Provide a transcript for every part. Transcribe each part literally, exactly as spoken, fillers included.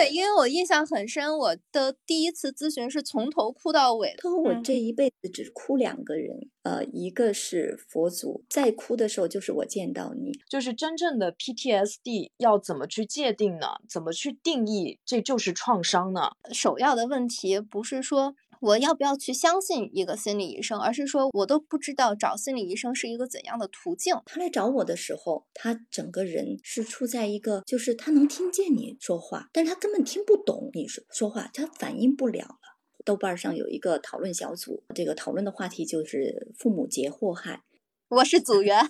对，因为我印象很深，我的第一次咨询是从头哭到尾的。 我这一辈子只哭两个人，呃，一个是佛祖，再哭的时候就是我见到你。 就是真正的 P T S D 要怎么去界定呢？怎么去定义这就是创伤呢？ 首要的问题不是说我要不要去相信一个心理医生，而是说我都不知道找心理医生是一个怎样的途径。 他来找我的时候，他整个人是处在一个，就是他能听见你说话，但是他根本听不懂你说说话，他反应不了了。豆瓣上有一个讨论小组，这个讨论的话题就是父母节祸害。 我是组员。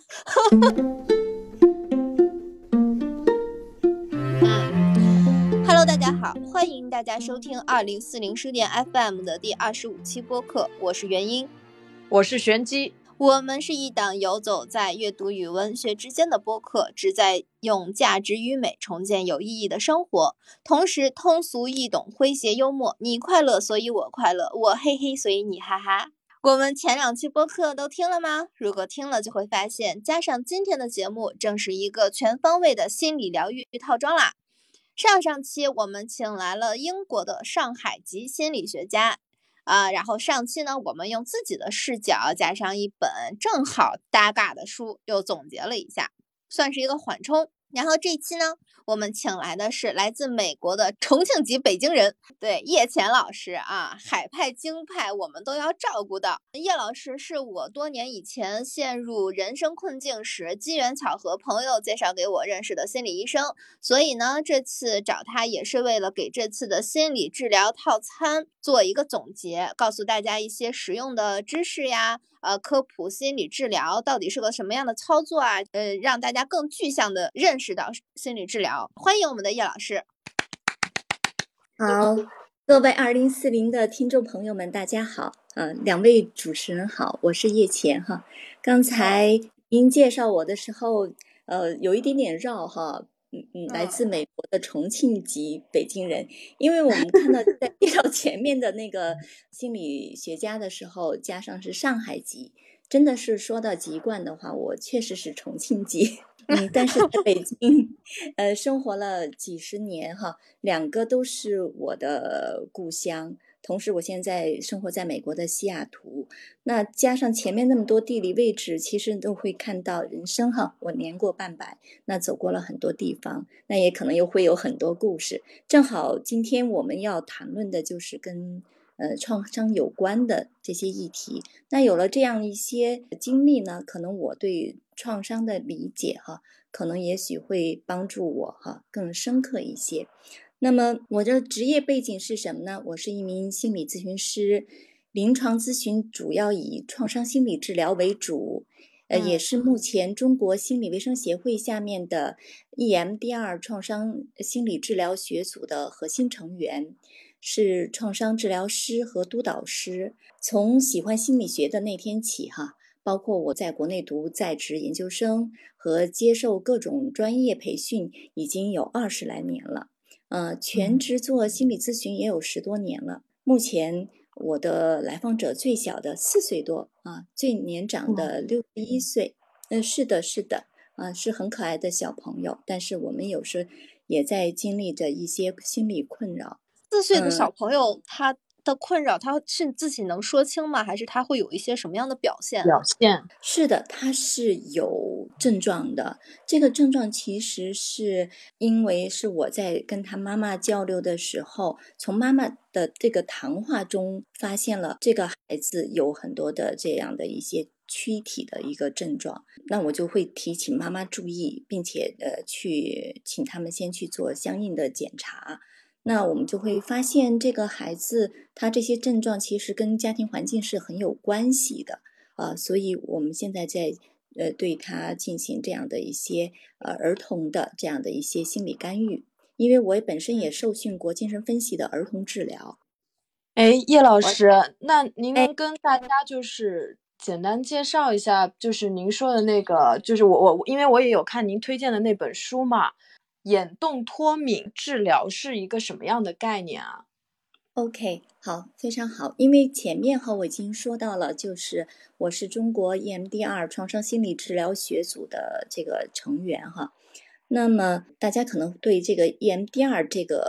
嗯 ，Hello， 大家好，欢迎大家收听二零四零书店 F M 的第二十五期播客，我是元英， 我是玄机。 我们是一档游走在阅读与文学之间的播客，旨在用价值与美重建有意义的生活，同时通俗易懂，诙谐幽默，你快乐所以我快乐，我嘿嘿所以你哈哈。我们前两期播客都听了吗？如果听了就会发现，加上今天的节目，正是一个全方位的心理疗愈套装啦。上上期我们请来了英国的上海籍心理学家啊，然后上期呢，我们用自己的视角加上一本正好搭嘎的书，又总结了一下，算是一个缓冲。然后这期呢，我们请来的是来自美国的重庆籍北京人，对，叶乾老师啊，海派京派我们都要照顾到。叶老师是我多年以前陷入人生困境时，机缘巧合朋友介绍给我认识的心理医生，所以呢，这次找他也是为了给这次的心理治疗套餐做一个总结，告诉大家一些实用的知识呀，呃，科普心理治疗到底是个什么样的操作啊，呃，让大家更具象的认识到心理治疗。欢迎我们的叶老师。 好，各位二零四零的听众朋友们，大家好。呃，两位主持人好，我是叶乾哈。刚才您介绍我的时候，呃，有一点点绕哈。嗯嗯，来自美国的重庆籍北京人，因为我们看到在介绍前面的那个心理学家的时候，加上是上海籍，真的是说到籍贯的话，我确实是重庆籍。嗯，但是在北京，呃，生活了几十年哈，两个都是我的故乡。同时，我现在生活在美国的西雅图，那加上前面那么多地理位置，其实都会看到人生哈。我年过半百，那走过了很多地方，那也可能又会有很多故事。正好今天我们要谈论的就是跟呃创伤有关的这些议题。那有了这样一些经历呢，可能我对创伤的理解哈，可能也许会帮助我哈更深刻一些。那么我的职业背景是什么呢？我是一名心理咨询师，临床咨询主要以创伤心理治疗为主，呃，也是目前中国心理卫生协会下面的 E M D R 创伤心理治疗学组的核心成员，是创伤治疗师和督导师。从喜欢心理学的那天起哈，包括我在国内读在职研究生和接受各种专业培训，已经有二十来年了。呃，全职做心理咨询也有十多年了。目前我的来访者最小的四岁多啊，最年长的六十一岁。嗯、呃，是的，是的，啊、呃，是很可爱的小朋友。但是我们有时也在经历着一些心理困扰。 四岁的小朋友，他的困扰，他是自己能说清吗？还是他会有一些什么样的表现？ 表现是的，他是有症状的。这个症状其实是因为是我在跟他妈妈交流的时候，从妈妈的这个谈话中发现了这个孩子有很多的这样的一些躯体的一个症状，那我就会提醒妈妈注意，并且呃去请他们先去做相应的检查。那我们就会发现这个孩子他这些症状其实跟家庭环境是很有关系的啊、呃，所以我们现在在呃对他进行这样的一些呃儿童的这样的一些心理干预，因为我本身也受训过精神分析的儿童治疗。 哎，叶老师，那您能跟大家就是简单介绍一下，就是您说的那个，就是我我因为我也有看您推荐的那本书嘛，眼动脱敏治疗是一个什么样的概念啊？ OK， 好，非常好。因为前面哈我已经说到了，就是我是中国 E M D R 创伤心理治疗学组的这个成员哈。那么大家可能对这个 E M D R 这个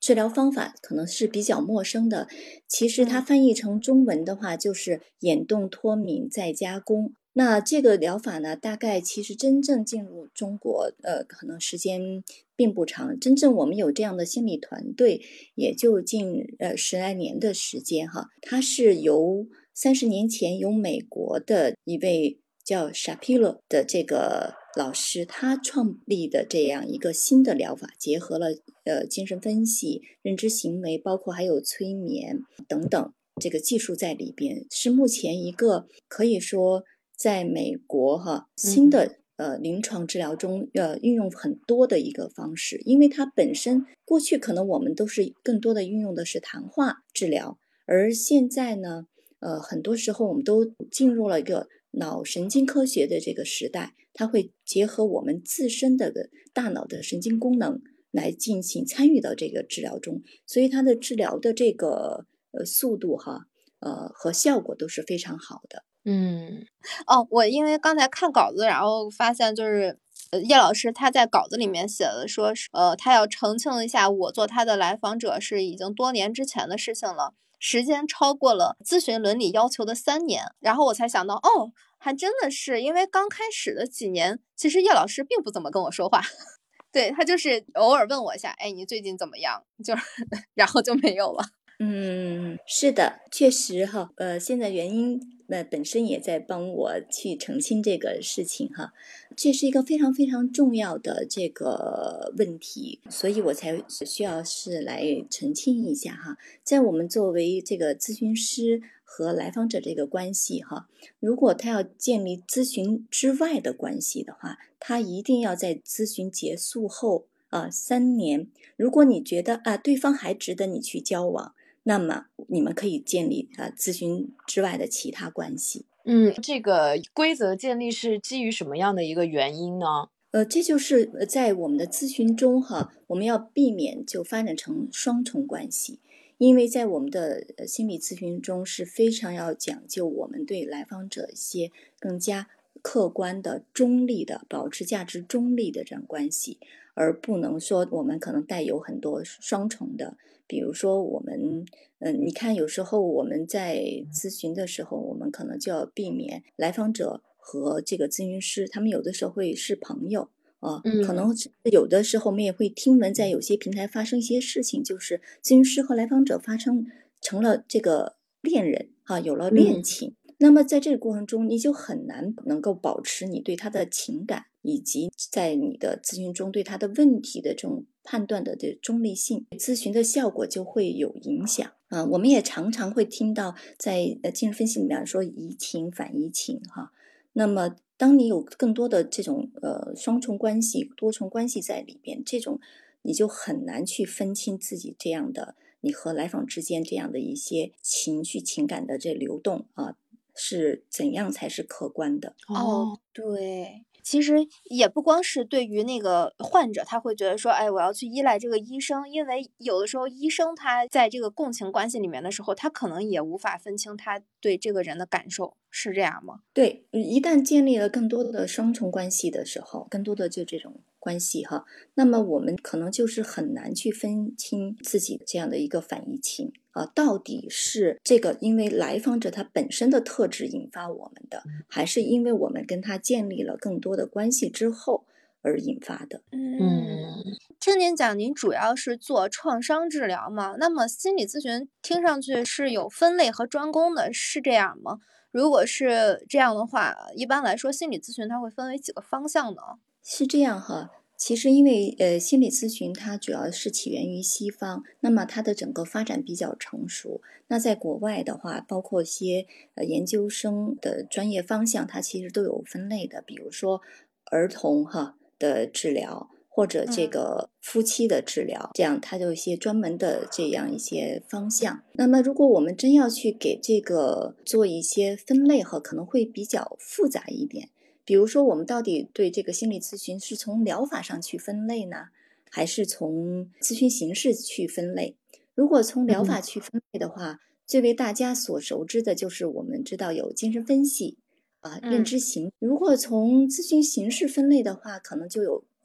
治疗方法可能是比较陌生的，其实它翻译成中文的话就是眼动脱敏再加工。那这个疗法呢，大概其实真正进入中国，呃，可能时间并不长。真正我们有这样的心理团队，也就近呃十来年的时间哈。它是由三十年前由美国的一位叫 Shapiro 的这个老师，他创立的这样一个新的疗法，结合了呃精神分析、认知行为，包括还有催眠等等这个技术在里边，是目前一个可以说在美国哈新的呃临床治疗中呃运用很多的一个方式。因为它本身过去可能我们都是更多的运用的是谈话治疗，而现在呢呃很多时候我们都进入了一个脑神经科学的这个时代，它会结合我们自身的大脑的神经功能来进行参与到这个治疗中，所以它的治疗的这个呃速度哈呃和效果都是非常好的。 嗯， 哦，我因为刚才看稿子，然后发现就是呃叶老师他在稿子里面写的说是呃他要澄清一下，我做他的来访者是已经多年之前的事情了，时间超过了咨询伦理要求的三年。然后我才想到，哦，还真的是，因为刚开始的几年，其实叶老师并不怎么跟我说话。对，他就是偶尔问我一下，哎，你最近怎么样？就是然后就没有了。 嗯，是的，确实哈，呃，现在原因呃本身也在帮我去澄清这个事情哈，这是一个非常非常重要的这个问题，所以我才需要是来澄清一下哈。在我们作为这个咨询师和来访者这个关系哈，如果他要建立咨询之外的关系的话，他一定要在咨询结束后啊三年，如果你觉得啊对方还值得你去交往，那么你们可以建立啊咨询之外的其他关系。 嗯，这个规则建立是基于什么样的一个原因呢？ 呃，这就是在我们的咨询中哈，我们要避免就发展成双重关系，因为在我们的心理咨询中是非常要讲究我们对来访者一些更加客观的、中立的、保持价值中立的这样关系，而不能说我们可能带有很多双重的。比如说我们嗯，你看有时候我们在咨询的时候，我们可能就要避免来访者和这个咨询师他们有的时候会是朋友啊，可能有的时候我们也会听闻在有些平台发生一些事情，就是咨询师和来访者发生成了这个恋人啊，有了恋情。嗯，那么在这个过程中，你就很难能够保持你对他的情感，以及在你的咨询中对他的问题的这种判断的这中立性，咨询的效果就会有影响啊。我们也常常会听到在呃精神分析里面说移情反移情哈。那么当你有更多的这种呃双重关系、多重关系在里边，这种你就很难去分清自己这样的你和来访之间这样的一些情绪情感的这流动啊，是怎样才是客观的。 哦，对，其实也不光是对于那个患者，他会觉得说，哎，我要去依赖这个医生，因为有的时候医生他在这个共情关系里面的时候，他可能也无法分清他对这个人的感受，是这样吗？ 对，一旦建立了更多的双重关系的时候，更多的就这种关系哈，那么我们可能就是很难去分清自己这样的一个反移情啊，到底是这个因为来访者他本身的特质引发我们的，还是因为我们跟他建立了更多的关系之后而引发的。 嗯，听您讲，您主要是做创伤治疗嘛？那么心理咨询听上去是有分类和专攻的，是这样吗？如果是这样的话，一般来说心理咨询它会分为几个方向呢？ 是这样哈，其实因为呃心理咨询它主要是起源于西方，那么它的整个发展比较成熟。那在国外的话，包括一些呃研究生的专业方向，它其实都有分类的，比如说儿童哈的治疗，或者这个夫妻的治疗，这样它就有一些专门的这样一些方向。那么如果我们真要去给这个做一些分类哈，可能会比较复杂一点。比如说我们到底对这个心理咨询是从疗法上去分类呢，还是从咨询形式去分类？如果从疗法去分类的话，嗯、最为大家所熟知的就是我们知道有精神分析啊、认知行。如果从咨询形式分类的话，可能就有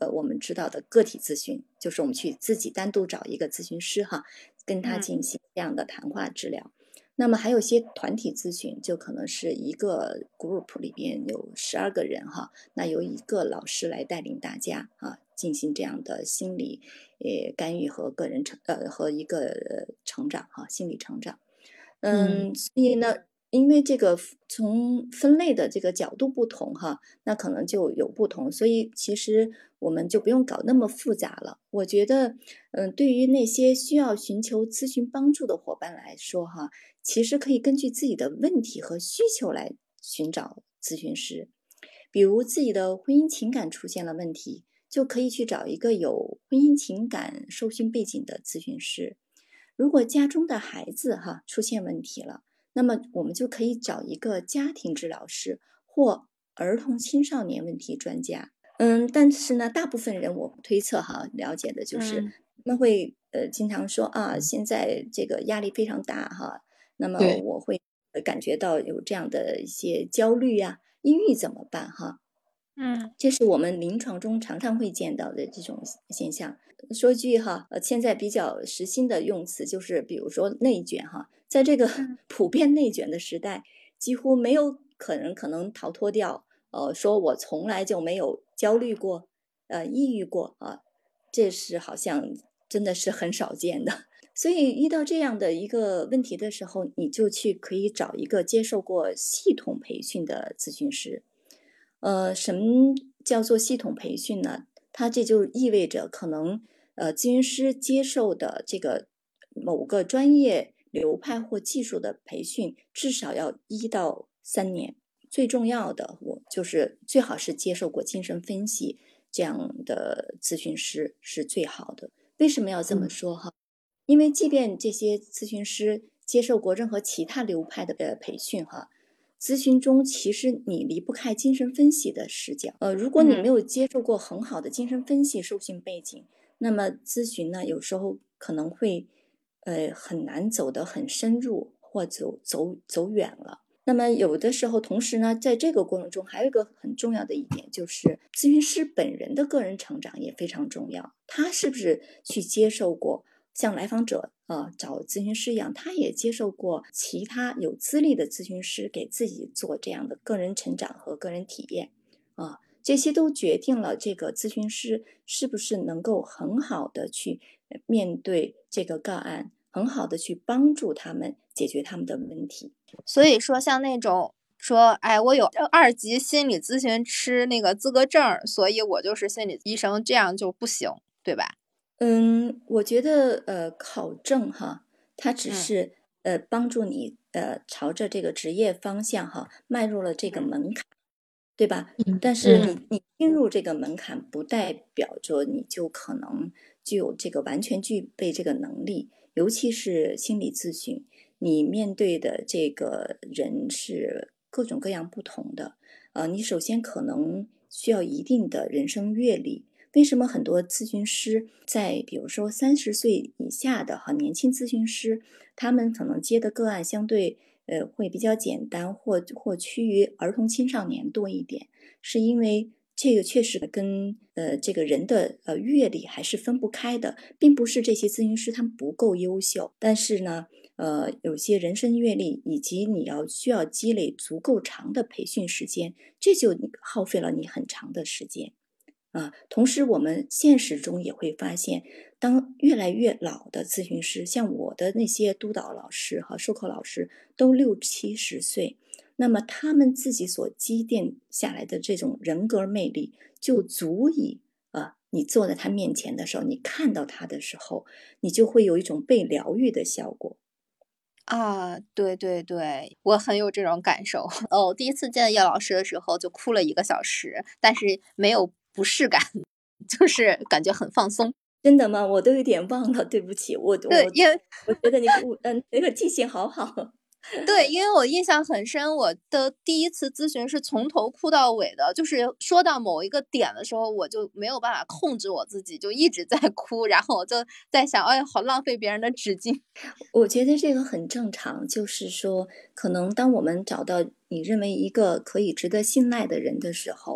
呃我们知道的个体咨询，就是我们去自己单独找一个咨询师哈，跟他进行这样的谈话治疗。嗯、那么还有些团体咨询，就可能是一个 group 里边有十二个人哈，那由一个老师来带领大家啊进行这样的心理呃干预和个人成呃和一个、呃、成长哈，心理成长。嗯，所以呢，因为这个从分类的这个角度不同哈，那可能就有不同，所以其实我们就不用搞那么复杂了。我觉得，嗯，对于那些需要寻求咨询帮助的伙伴来说哈，其实可以根据自己的问题和需求来寻找咨询师。比如自己的婚姻情感出现了问题，就可以去找一个有婚姻情感受训背景的咨询师。如果家中的孩子哈出现问题了，那么我们就可以找一个家庭治疗师或儿童青少年问题专家。嗯，但是呢，大部分人我推测哈，了解的就是他们会呃经常说啊，现在这个压力非常大哈，那么我会感觉到有这样的一些焦虑呀、啊、抑郁怎么办哈？嗯，这是我们临床中常常会见到的这种现象。说句哈，呃，现在比较时兴的用词就是，比如说内卷哈，在这个普遍内卷的时代，几乎没有可能可能逃脱掉，呃，说我从来就没有焦虑过，呃，抑郁过啊，这是好像真的是很少见的。所以遇到这样的一个问题的时候，你就去可以找一个接受过系统培训的咨询师。呃，什么叫做系统培训呢？它这就意味着可能呃咨询师接受的这个某个专业流派或技术的培训至少要一到三年。最重要的，我就是最好是接受过精神分析这样的咨询师是最好的。为什么要这么说哈？因为即便这些咨询师接受过任何其他流派的呃培训哈，咨询中其实你离不开精神分析的视角。呃，如果你没有接受过很好的精神分析受训背景，那么咨询呢，有时候可能会呃很难走得很深入，或走走走远了。那么有的时候，同时呢，在这个过程中还有一个很重要的一点，就是咨询师本人的个人成长也非常重要。他是不是去接受过像来访者呃找咨询师一样，他也接受过其他有资历的咨询师给自己做这样的个人成长和个人体验啊，这些都决定了这个咨询师是不是能够很好的去面对这个个案，很好的去帮助他们解决他们的问题。 所以说像那种说哎我有二级心理咨询师那个资格证，所以我就是心理医生，这样就不行，对吧？ 嗯，我觉得呃考证哈，它只是、嗯、呃帮助你呃朝着这个职业方向哈迈入了这个门槛，对吧？嗯、但是你、嗯、你进入这个门槛，不代表着你就可能具有这个完全具备这个能力，尤其是心理咨询，你面对的这个人是各种各样不同的，呃，你首先可能需要一定的人生阅历。为什么很多咨询师在比如说三十岁以下的很年轻咨询师，他们可能接的个案相对呃会比较简单，或或趋于儿童青少年多一点，是因为这个确实跟呃这个人的呃阅历还是分不开的，并不是这些咨询师他们不够优秀，但是呢呃有些人生阅历以及你要需要积累足够长的培训时间，这就耗费了你很长的时间。啊，同时我们现实中也会发现，当越来越老的咨询师，像我的那些督导老师和授课老师都六七十岁，那么他们自己所积淀下来的这种人格魅力，就足以啊，你坐在他面前的时候，你看到他的时候，你就会有一种被疗愈的效果。 啊，对对对，我很有这种感受。哦，第一次见叶老师的时候就哭了一个小时，但是没有不适感，就是感觉很放松。 真的吗？我都有点忘了，对不起，我对，因为我觉得你嗯那个记性好好。 对，因为我印象很深，我的第一次咨询是从头哭到尾的，就是说到某一个点的时候，我就没有办法控制我自己，就一直在哭，然后我就在想，哎，好浪费别人的纸巾。 我觉得这个很正常，就是说，可能当我们找到你认为一个可以值得信赖的人的时候，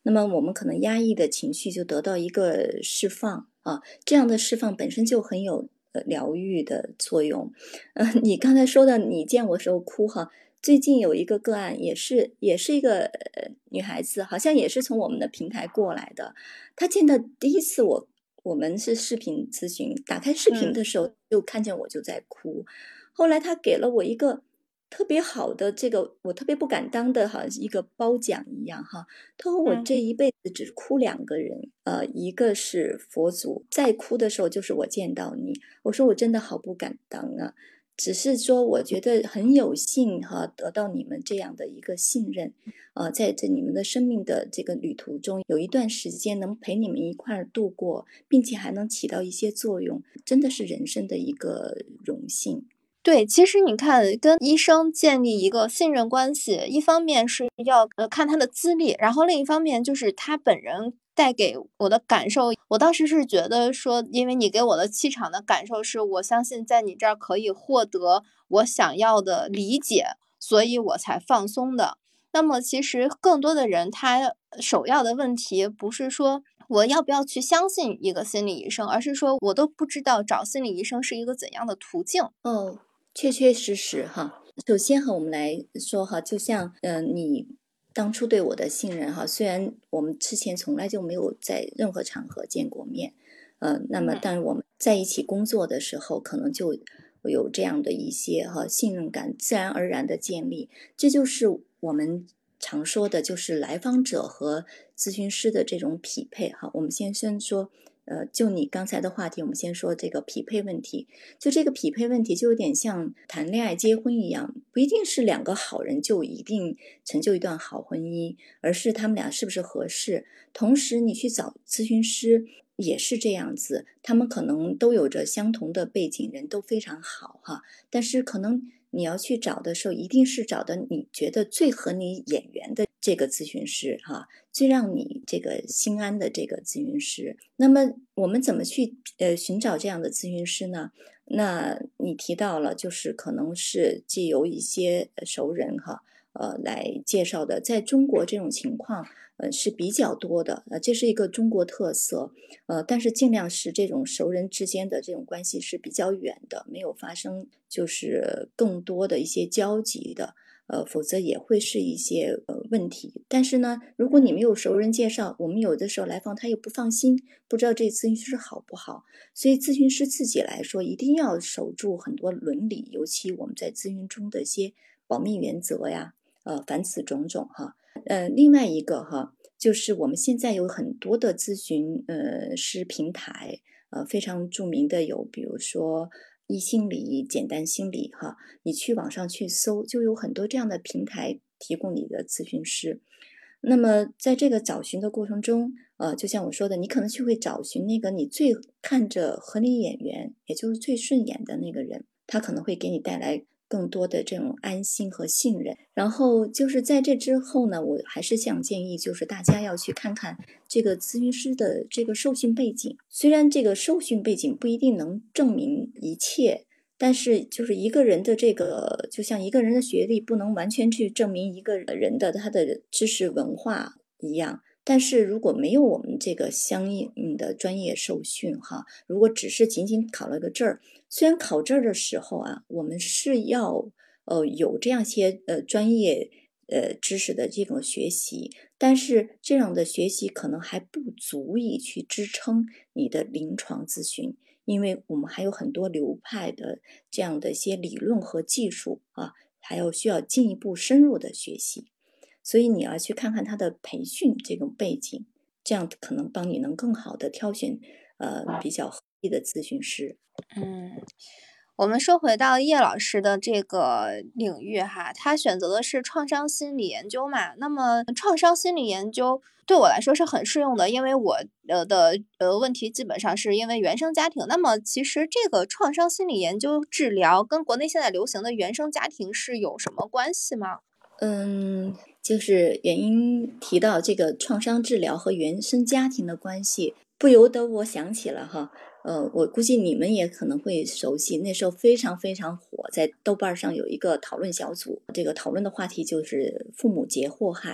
那么我们可能压抑的情绪就得到一个释放啊，这样的释放本身就很有呃疗愈的作用。呃，你刚才说的你见我时候哭哈，最近有一个个案也是也是一个、呃、女孩子，好像也是从我们的平台过来的。她见到第一次我我们是视频咨询，打开视频的时候就看见我就在哭，后来她给了我一个特别好的这个我特别不敢当的哈一个褒奖一样哈。他说我这一辈子只哭两个人，呃，一个是佛祖，再哭的时候就是我见到你。我说我真的好不敢当啊，只是说我觉得很有幸哈得到你们这样的一个信任，呃，在这你们的生命的这个旅途中有一段时间能陪你们一块儿度过，并且还能起到一些作用，真的是人生的一个荣幸。 对，其实你看跟医生建立一个信任关系，一方面是要呃看他的资历，然后另一方面就是他本人带给我的感受。我当时是觉得说，因为你给我的气场的感受是我相信在你这儿可以获得我想要的理解，所以我才放松的。那么其实更多的人他首要的问题不是说我要不要去相信一个心理医生，而是说我都不知道找心理医生是一个怎样的途径。 哦，确确实实哈。首先和我们来说哈，就像呃你当初对我的信任哈，虽然我们之前从来就没有在任何场合见过面，呃，那么但我们在一起工作的时候，可能就有这样的一些哈信任感自然而然的建立，这就是我们常说的，就是来访者和咨询师的这种匹配哈。我们先先说。呃，就你刚才的话题，我们先说这个匹配问题。就这个匹配问题，就有点像谈恋爱、结婚一样，不一定是两个好人就一定成就一段好婚姻，而是他们俩是不是合适。同时，你去找咨询师也是这样子，他们可能都有着相同的背景，人都非常好哈，但是可能你要去找的时候，一定是找的你觉得最合你眼缘的这个咨询师哈，最让你这个心安的这个咨询师。那么我们怎么去呃寻找这样的咨询师呢？那你提到了，就是可能是藉由一些熟人哈，呃来介绍的，在中国这种情况呃是比较多的，呃这是一个中国特色，呃但是尽量是这种熟人之间的这种关系是比较远的，没有发生就是更多的一些交集的。呃，否则也会是一些呃问题。但是呢，如果你没有熟人介绍，我们有的时候来访他又不放心，不知道这咨询师好不好，所以咨询师自己来说，一定要守住很多伦理，尤其我们在咨询中的一些保密原则呀，呃，凡此种种哈。呃，另外一个哈，就是我们现在有很多的咨询呃师平台，呃，非常著名的有，比如说。易心理、简单心理哈，你去网上去搜，就有很多这样的平台提供你的咨询师。那么在这个找寻的过程中，呃，就像我说的，你可能就会找寻那个你最看着合你眼缘，也就是最顺眼的那个人，他可能会给你带来更多的这种安心和信任。然后就是在这之后呢，我还是想建议，就是大家要去看看这个咨询师的这个受训背景。虽然这个受训背景不一定能证明一切，但是就是一个人的这个，就像一个人的学历不能完全去证明一个人的他的知识文化一样。但是如果没有我们这个相应的专业受训哈，如果只是仅仅考了个证儿，虽然考证的时候啊，我们是要呃有这样些呃专业呃知识的这种学习，但是这样的学习可能还不足以去支撑你的临床咨询，因为我们还有很多流派的这样的一些理论和技术啊，还要需要进一步深入的学习。所以你要去看看他的培训这种背景，这样可能帮你能更好的挑选呃比较合适的咨询师。 嗯，我们说回到叶老师的这个领域哈，他选择的是创伤心理研究嘛。那么创伤心理研究对我来说是很适用的，因为我呃的呃问题基本上是因为原生家庭。那么其实这个创伤心理研究治疗跟国内现在流行的原生家庭是有什么关系吗？ 嗯，就是原因提到这个创伤治疗和原生家庭的关系，不由得我想起了哈，呃，我估计你们也可能会熟悉，那时候非常非常火，在豆瓣上有一个讨论小组，这个讨论的话题就是父母节祸害。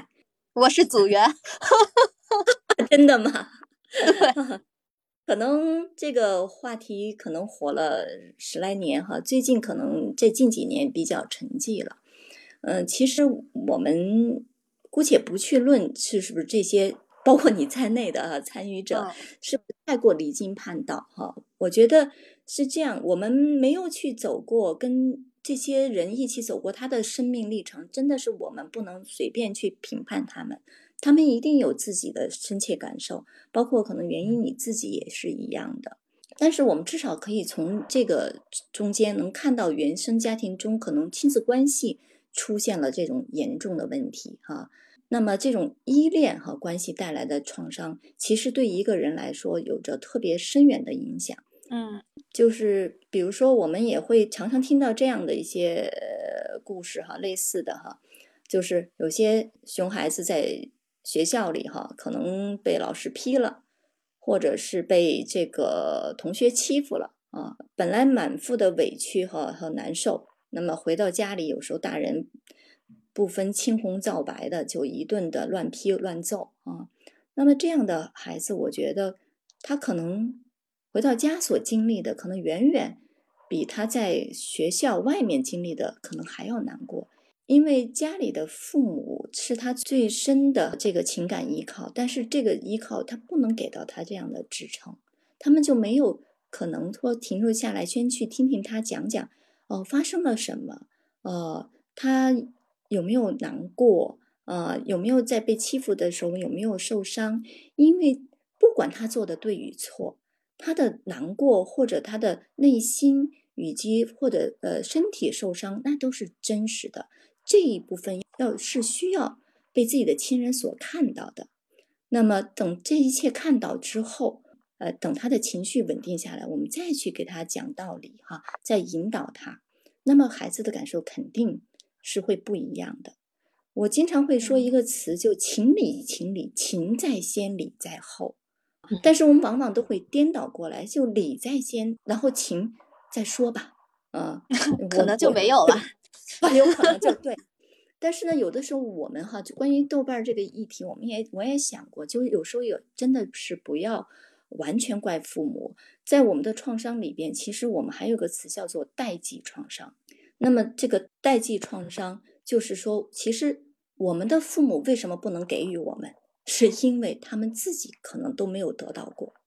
我是组员。 真的吗？可能这个话题可能火了十来年哈，最近可能这近几年比较沉寂了。嗯、呃，其实我们姑且不去论是是不是这些，包括你在内的啊参与者，是不是太过离经叛道哈？我觉得是这样，我们没有去走过跟这些人一起走过他的生命历程，真的是我们不能随便去评判他们。他们一定有自己的深切感受，包括可能原因你自己也是一样的。但是我们至少可以从这个中间能看到原生家庭中可能亲子关系出现了这种严重的问题哈。那么这种依恋和关系带来的创伤，其实对一个人来说有着特别深远的影响。 嗯， 就是比如说我们也会常常听到这样的一些、呃、故事哈，类似的哈，就是有些熊孩子在学校里哈，可能被老师批了，或者是被这个同学欺负了啊，本来满腹的委屈和和难受，那么回到家里，有时候大人不分青红皂白的就一顿的乱批乱揍啊。那么这样的孩子，我觉得他可能回到家所经历的，可能远远比他在学校外面经历的可能还要难过。因为家里的父母是他最深的这个情感依靠，但是这个依靠他不能给到他这样的支撑，他们就没有可能说停留下来，先去听听他讲讲哦发生了什么，呃，他有没有难过，呃，有没有在被欺负的时候有没有受伤？因为不管他做的对与错，他的难过或者他的内心以及或者呃身体受伤，那都是真实的。这一部分要是需要被自己的亲人所看到的。那么等这一切看到之后，呃，等他的情绪稳定下来，我们再去给他讲道理哈，再引导他，那么孩子的感受肯定是会不一样的。我经常会说一个词，就情理，情理，情在先，理在后。但是我们往往都会颠倒过来，就理在先，然后情再说吧。呃， 可能就没有了。 有可能就对。但是呢，有的时候我们哈，就关于豆瓣这个议题，我们也我也想过，就有时候有真的是不要完全怪父母，在我们的创伤里边，其实我们还有个词叫做代际创伤。那么这个代际创伤，就是说，其实我们的父母为什么不能给予我们，是因为他们自己可能都没有得到过。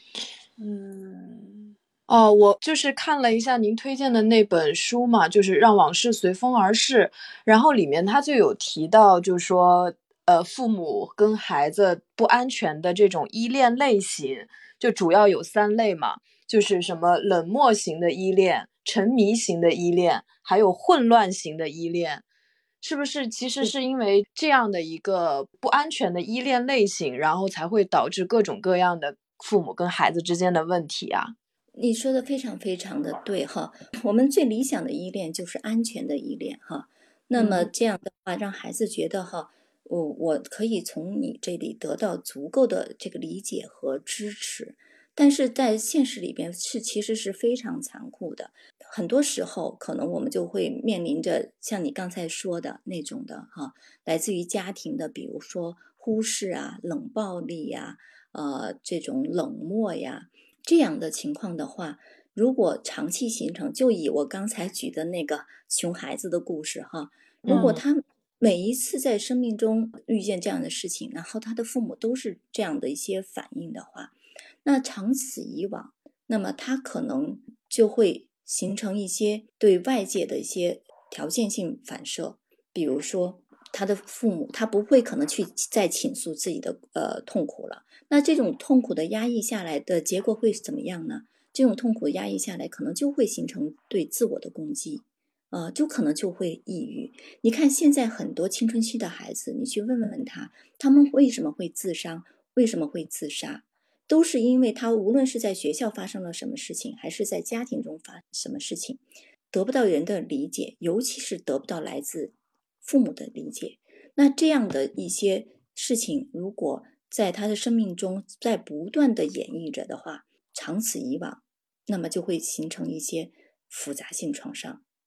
嗯。哦，我就是看了一下您推荐的那本书嘛，就是《让往事随风而逝》，然后里面他就有提到，就是说，呃，父母跟孩子不安全的这种依恋类型，就主要有三类嘛，就是什么冷漠型的依恋、沉迷型的依恋，还有混乱型的依恋。是不是其实是因为这样的一个不安全的依恋类型，然后才会导致各种各样的父母跟孩子之间的问题啊？ 你说的非常非常的对哈，我们最理想的依恋就是安全的依恋哈。那么这样的话，让孩子觉得哈，我我可以从你这里得到足够的这个理解和支持。但是在现实里边是其实是非常残酷的，很多时候可能我们就会面临着像你刚才说的那种的哈，来自于家庭的，比如说忽视啊、冷暴力呀、呃这种冷漠呀。这样的情况的话，如果长期形成，就以我刚才举的那个熊孩子的故事哈，如果他每一次在生命中遇见这样的事情，然后他的父母都是这样的一些反应的话，那长此以往，那么他可能就会形成一些对外界的一些条件性反射，比如说他的父母，他不会可能去再倾诉自己的呃痛苦了。那这种痛苦的压抑下来的结果会怎么样呢？这种痛苦压抑下来，可能就会形成对自我的攻击，呃，就可能就会抑郁。你看现在很多青春期的孩子，你去问问他，他们为什么会自伤，为什么会自杀，都是因为他无论是在学校发生了什么事情，还是在家庭中发生什么事情，得不到人的理解，尤其是得不到来自父母的理解。那这样的一些事情，如果在他的生命中在不断的演绎着的话，长此以往，那么就会形成一些复杂性创伤。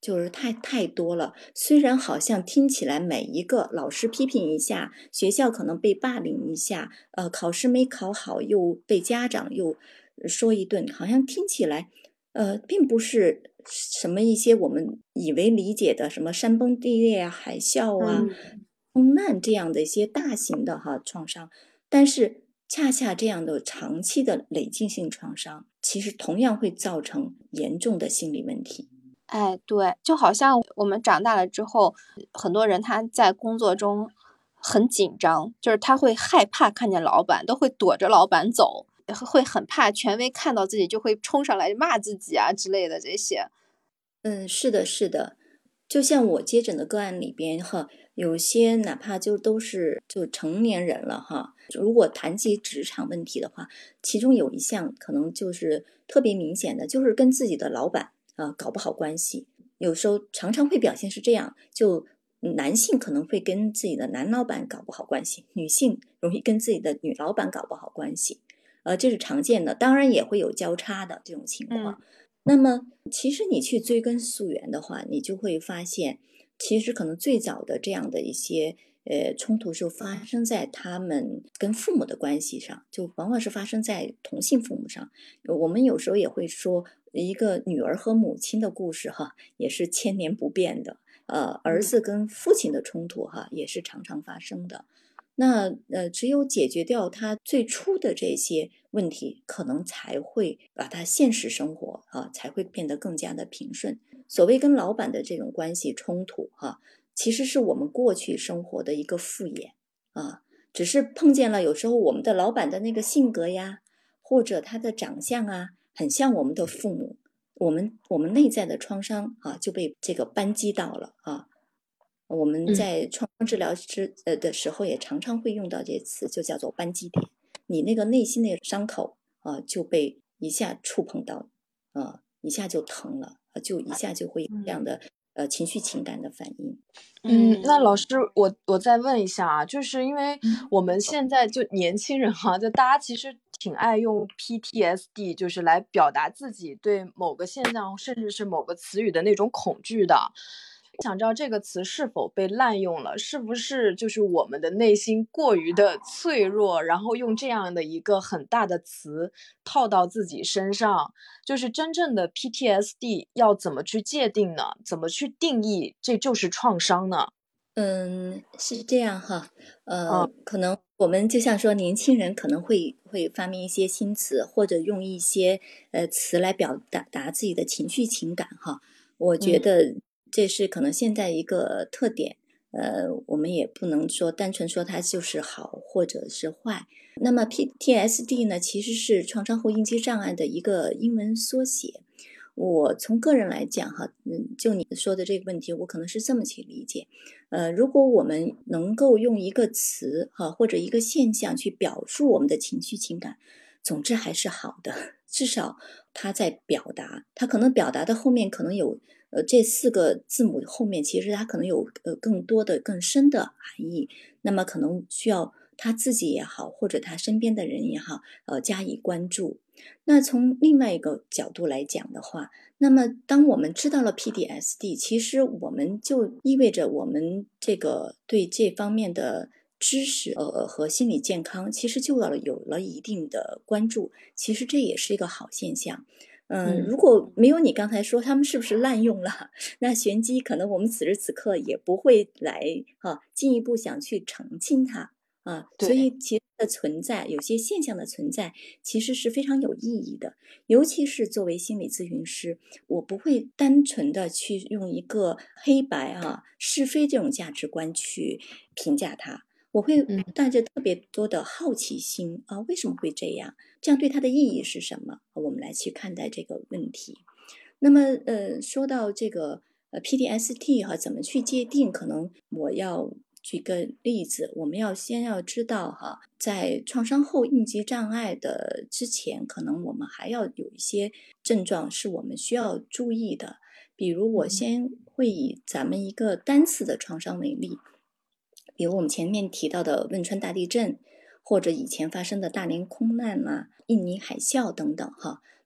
就是太太多了。虽然好像听起来每一个老师批评一下，学校可能被霸凌一下，呃，考试没考好又被家长又说一顿，好像听起来呃，并不是什么一些我们以为理解的什么山崩地裂啊、海啸啊、 嗯空难这样的一些大型的哈创伤，但是恰恰这样的长期的累积性创伤，其实同样会造成严重的心理问题。 哎，对，就好像我们长大了之后，很多人他在工作中很紧张，就是他会害怕看见老板，都会躲着老板走，会很怕权威看到自己就会冲上来骂自己啊之类的这些。 嗯，是的，是的，就像我接诊的个案里边哈，有些哪怕就都是就成年人了哈，如果谈及职场问题的话，其中有一项可能就是特别明显的，就是跟自己的老板啊、呃搞不好关系。有时候常常会表现是这样，就男性可能会跟自己的男老板搞不好关系，女性容易跟自己的女老板搞不好关系，呃，这是常见的，当然也会有交叉的这种情况。 嗯那么，其实你去追根溯源的话，你就会发现，其实可能最早的这样的一些呃冲突，就发生在他们跟父母的关系上，就往往是发生在同性父母上。我们有时候也会说，一个女儿和母亲的故事哈，也是千年不变的。呃，儿子跟父亲的冲突哈，也是常常发生的。那呃，只有解决掉他最初的这些问题，可能才会把他现实生活啊，才会变得更加的平顺。所谓跟老板的这种关系冲突哈、啊，其实是我们过去生活的一个复眼啊，只是碰见了有时候我们的老板的那个性格呀，或者他的长相啊，很像我们的父母，我们我们内在的创伤啊，就被这个扳机到了啊。我们嗯在创伤治疗之呃的时候，也常常会用到这词，就叫做扳机点。你那个内心的伤口啊、呃，就被一下触碰到，啊、呃，一下就疼了，呃，就一下就会有这样的呃情绪情感的反应。 嗯，那老嗯师，我我再问一下啊，就是因为嗯我们现在就年轻人哈、就大家其实挺爱用 P T S D，就是来表达自己对某个现象甚至是某个词语的那种恐惧的。想知道这个词是否被滥用了，是不是就是我们的内心过于的脆弱，然后用这样的一个很大的词套到自己身上，就是真正的 P T S D 要怎么去界定呢？怎么去定义这就是创伤呢？ 嗯，是这样哈，呃， 嗯可能我们就像说，年轻人可能会会发明一些新词，或者用一些呃词来表达达自己的情绪情感哈。我觉嗯得这是可能现在一个特点，呃，我们也不能说单纯说它就是好或者是坏。那么 P T S D 呢，其实是创伤后应激障碍的一个英文缩写。我从个人来讲哈，嗯，就你说的这个问题，我可能是这么去理解。呃，如果我们能够用一个词哈、或者一个现象去表述我们的情绪情感，总之还是好的，至少他在表达，他可能表达的后面可能有呃这四个字母后面，其实他可能有呃更多的更深的含义，那么可能需要他自己也好，或者他身边的人也好，呃加以关注。那从另外一个角度来讲的话，那么当我们知道了 P T S D，其实我们就意味着我们这个对这方面的知识呃和心理健康，其实就要有了一定的关注。其实这也是一个好现象。嗯， 嗯如果没有你刚才说他们是不是滥用了，那玄机可能我们此时此刻也不会来哈、啊、进一步想去澄清它。啊，所以对， 其实的存在，有些现象的存在，其实是非常有意义的。尤其是作为心理咨询师，我不会单纯的去用一个黑白啊、是非这种价值观去评价它，我会嗯带着特别多的好奇心啊，为什么会这样？这样对它的意义是什么？我们来去看待这个问题。那么，呃，说到这个呃 P T S D 哈，怎么去界定？可能我要举个例子，我们要先要知道哈，在创伤后应激障碍的之前，可能我们还要有一些症状是我们需要注意的。比如，我先会以咱们一个单次的创伤为例，比如我们前面提到的汶川大地震，或者以前发生的大连空难啊、印尼海啸等等哈。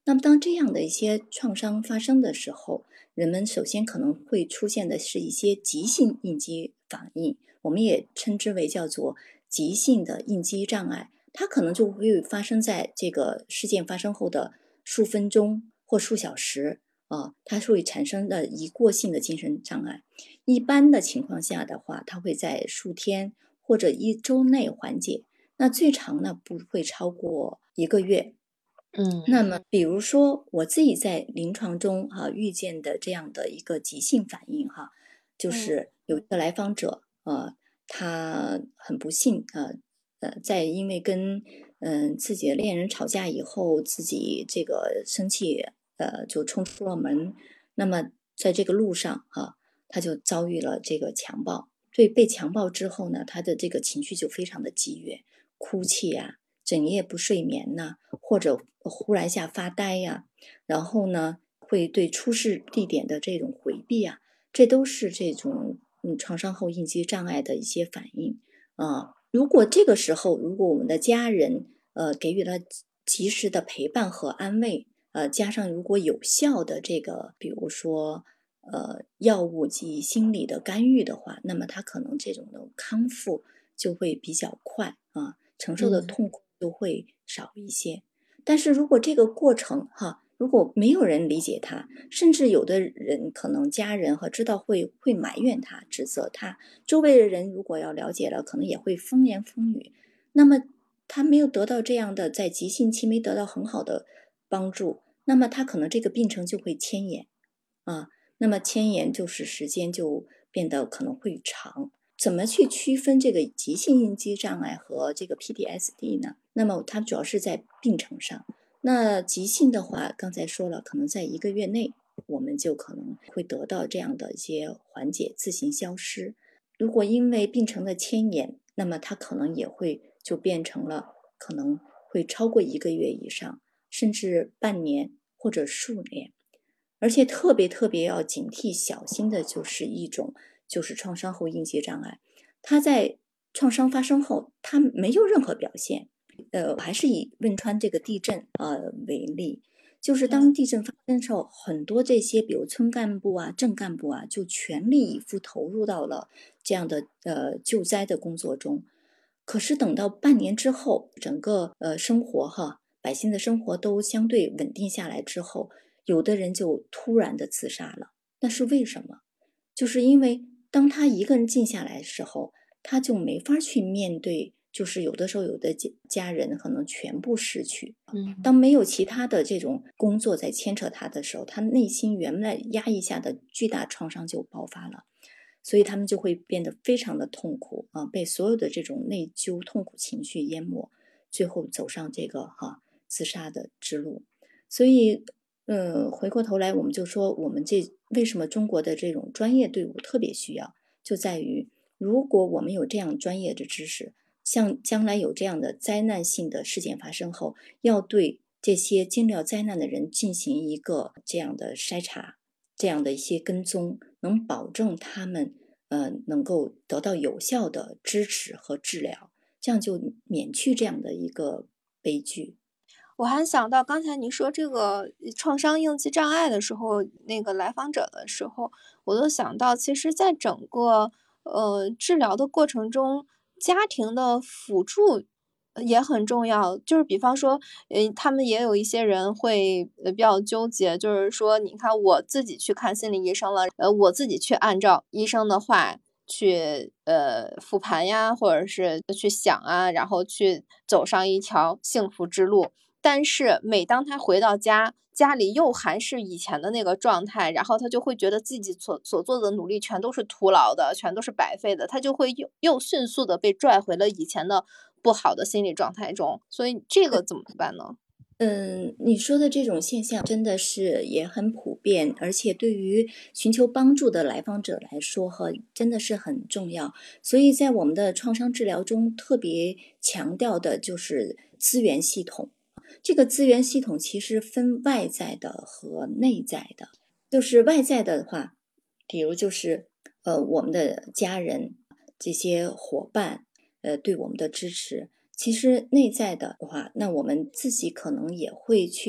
那么当这样的一些创伤发生的时候，人们首先可能会出现的是一些急性应激反应，我们也称之为叫做急性的应激障碍，它可能就会发生在这个事件发生后的数分钟或数小时啊，它会产生的一过性的精神障碍。一般的情况下的话，它会在数天或者一周内缓解，那最长呢不会超过一个月。 嗯， 那么比如说我自己在临床中哈、啊、遇见的这样的一个急性反应哈、啊，就是有一个来访者呃，他很不幸呃呃，在因为跟嗯、呃、自己的恋人吵架以后，自己这个生气呃就冲出了门，那么在这个路上哈、啊，他就遭遇了这个强暴。对，被强暴之后呢，他的这个情绪就非常的激越，哭泣啊，整夜不睡眠呐、啊，或者忽然一下发呆呀、啊，然后呢，会对出事地点的这种回避啊，这都是这种嗯创伤后应激障碍的一些反应啊。如果这个时候，如果我们的家人呃给予了及时的陪伴和安慰，呃，加上如果有效的这个，比如说呃药物及心理的干预的话，那么他可能这种的康复就会比较快啊，承受的痛苦就会少一些。但是如果这个过程哈，如果没有人理解他，甚至有的人可能家人和知道会会埋怨他、指责他，周围的人如果要了解了，可能也会风言风语。那么他没有得到这样的在急性期没得到很好的帮助，那么他可能这个病程就会迁延啊。那么迁延就是时间就变得可能会长。怎么去区分这个急性应激障碍和这个 P T S D 呢？那么它主要是在病程上。那急性的话，刚才说了，可能在一个月内，我们就可能会得到这样的一些缓解，自行消失。如果因为病程的迁延，那么它可能也会就变成了可能会超过一个月以上，甚至半年或者数年。而且特别特别要警惕小心的就是一种就是创伤后应激障碍，它在创伤发生后它没有任何表现。呃，还是以汶川这个地震呃为例，就是当地震发生的时候，很多这些比如村干部啊、镇干部啊，就全力以赴投入到了这样的呃救灾的工作中。可是等到半年之后，整个呃生活哈，百姓的生活都相对稳定下来之后，有的人就突然的自杀了。那是为什么？就是因为当他一个人静下来的时候，他就没法去面对，就是有的时候有的家人可能全部失去。 嗯， 当没有其他的这种工作在牵扯他的时候，他内心原来压抑下的巨大创伤就爆发了。所以他们就会变得非常的痛苦啊，被所有的这种内疚、痛苦情绪淹没，最后走上这个哈、啊、自杀的之路。所以，呃，回过头来我们就说，我们这为什么中国的这种专业队伍特别需要，就在于如果我们有这样专业的知识，像将来有这样的灾难性的事件发生后，要对这些经历灾难的人进行一个这样的筛查，这样的一些跟踪，能保证他们呃能够得到有效的支持和治疗，这样就免去这样的一个悲剧。 我还想到刚才您说这个创伤应激障碍的时候，那个来访者的时候，我都想到，其实在整个呃治疗的过程中，家庭的辅助也很重要。就是比方说，呃，他们也有一些人会呃比较纠结，就是说，你看我自己去看心理医生了，呃，我自己去按照医生的话去呃复盘呀，或者是去想啊，然后去走上一条幸福之路。但是每当他回到家，家里又还是以前的那个状态，然后他就会觉得自己所所做的努力全都是徒劳的，全都是白费的，他就会又又迅速的被拽回了以前的不好的心理状态中。所以这个怎么办呢？ 嗯，你说的这种现象真的是也很普遍，而且对于寻求帮助的来访者来说，哈，真的是很重要。所以在我们的创伤治疗中，特别强调的就是资源系统。这个资源系统其实分外在的和内在的。就是外在的话，比如就是呃我们的家人、这些伙伴，呃对我们的支持。其实内在的话，那我们自己可能也会去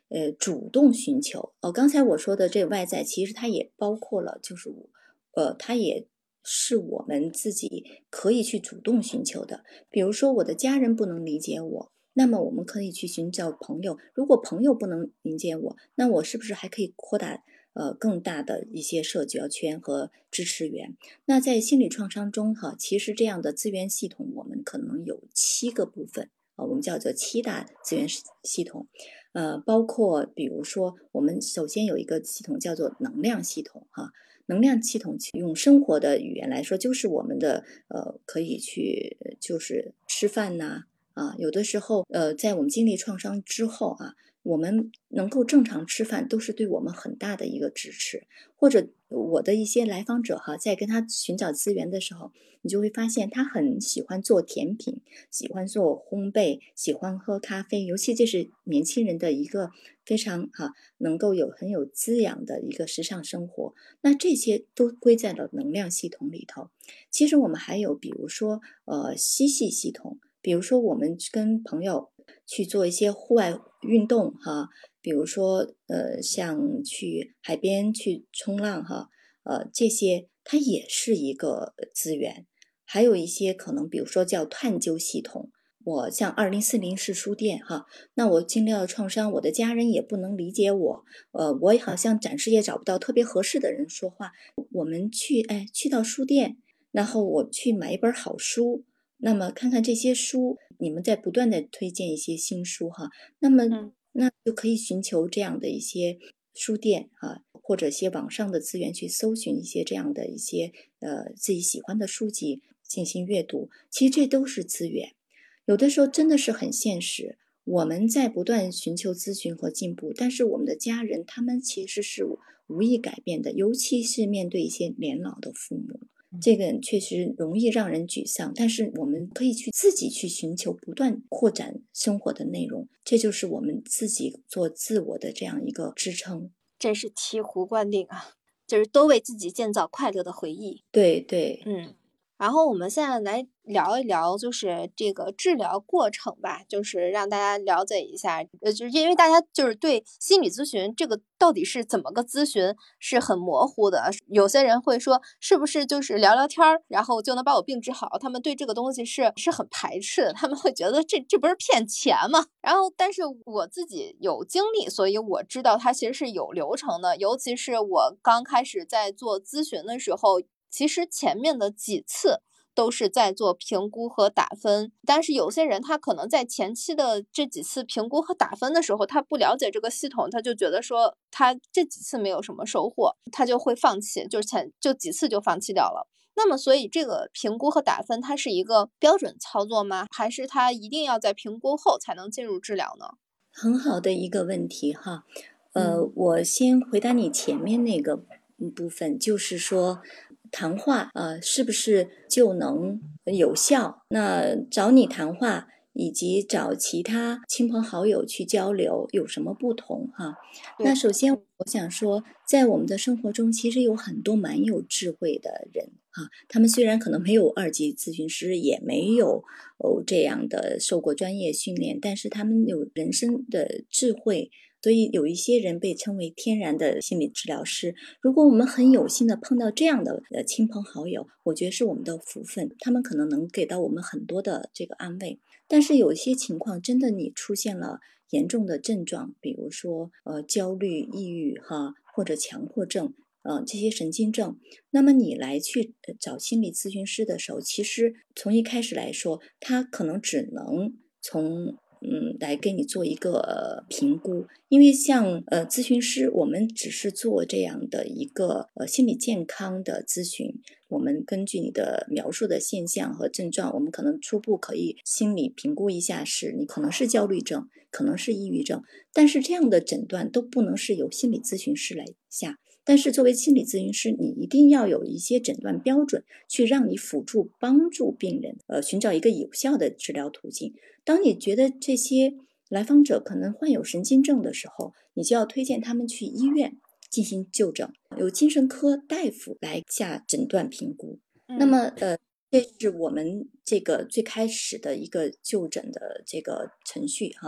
呃主动寻求。哦，刚才我说的这外在，其实它也包括了，就是呃，它也是我们自己可以去主动寻求的。比如说我的家人不能理解我，那么我们可以去寻找朋友。如果朋友不能理解我，那我是不是还可以扩大呃更大的一些社交圈和支持源？那在心理创伤中哈，其实这样的资源系统我们可能有七个部分啊，我们叫做七大资源系统。呃，包括比如说我们首先有一个系统叫做能量系统哈。能量系统用生活的语言来说，就是我们的呃，可以去就是吃饭呐 啊, 啊，有的时候呃，在我们经历创伤之后啊，我们能够正常吃饭，都是对我们很大的一个支持。或者我的一些来访者哈，在跟他寻找资源的时候，你就会发现他很喜欢做甜品，喜欢做烘焙，喜欢喝咖啡，尤其这是年轻人的一个非常哈、啊、能够有很有滋养的一个时尚生活。那这些都归在了能量系统里头。其实我们还有比如说呃嬉戏系统，比如说我们跟朋友去做一些户外运动哈，比如说呃像去海边去冲浪哈，呃这些它也是一个资源。还有一些可能比如说叫探究系统，我像二零四零是书店哈，那我经历了创伤，我的家人也不能理解我，呃，我好像暂时也找不到特别合适的人说话。我们去，哎，去到书店，然后我去买一本好书，那么看看这些书，你们在不断的推荐一些新书哈，那么、嗯、那就可以寻求这样的一些书店啊，或者一些网上的资源去搜寻一些这样的一些呃自己喜欢的书籍进行阅读，其实这都是资源。有的时候真的是很现实，我们在不断寻求咨询和进步，但是我们的家人他们其实是无意改变的，尤其是面对一些年老的父母，这个确实容易让人沮丧，但是我们可以去自己去寻求不断扩展生活的内容，这就是我们自己做自我的这样一个支撑。 真是醍醐灌顶啊，就是多为自己建造快乐的回忆。 对对， 嗯。然后我们现在来聊一聊，就是这个治疗过程吧，就是让大家了解一下，呃，就是因为大家就是对心理咨询这个到底是怎么个咨询是很模糊的。有些人会说，是不是就是聊聊天儿，然后就能把我病治好？他们对这个东西是是很排斥的，他们会觉得这这不是骗钱吗？然后，但是我自己有经历，所以我知道它其实是有流程的。尤其是我刚开始在做咨询的时候，其实前面的几次都是在做评估和打分，但是有些人他可能在前期的这几次评估和打分的时候，他不了解这个系统，他就觉得说他这几次没有什么收获，他就会放弃，就前就几次就放弃掉了。那么所以这个评估和打分它是一个标准操作吗？还是它一定要在评估后才能进入治疗呢？ 很好的一个问题哈。呃，嗯、我先回答你前面那个部分，就是说谈话呃是不是就能有效？那找你谈话以及找其他亲朋好友去交流有什么不同哈？那首先我想说，在我们的生活中其实有很多蛮有智慧的人哈，他们虽然可能没有二级咨询师，也没有哦这样的受过专业训练，但是他们有人生的智慧，所以有一些人被称为天然的心理治疗师。如果我们很有幸的碰到这样的呃亲朋好友，我觉得是我们的福分，他们可能能给到我们很多的这个安慰。但是有一些情况真的你出现了严重的症状，比如说呃焦虑、抑郁哈，或者强迫症，呃这些神经症，那么你来去找心理咨询师的时候，其实从一开始来说，他可能只能从嗯来给你做一个、呃、评估，因为像呃咨询师，我们只是做这样的一个呃心理健康的咨询。我们根据你的描述的现象和症状，我们可能初步可以心理评估一下，是你可能是焦虑症，可能是抑郁症，但是这样的诊断都不能是由心理咨询师来下。但是作为心理咨询师，你一定要有一些诊断标准，去让你辅助帮助病人呃寻找一个有效的治疗途径。当你觉得这些来访者可能患有神经症的时候，你就要推荐他们去医院进行就诊，由精神科大夫来下诊断评估。嗯、那么呃这是我们这个最开始的一个就诊的这个程序哈。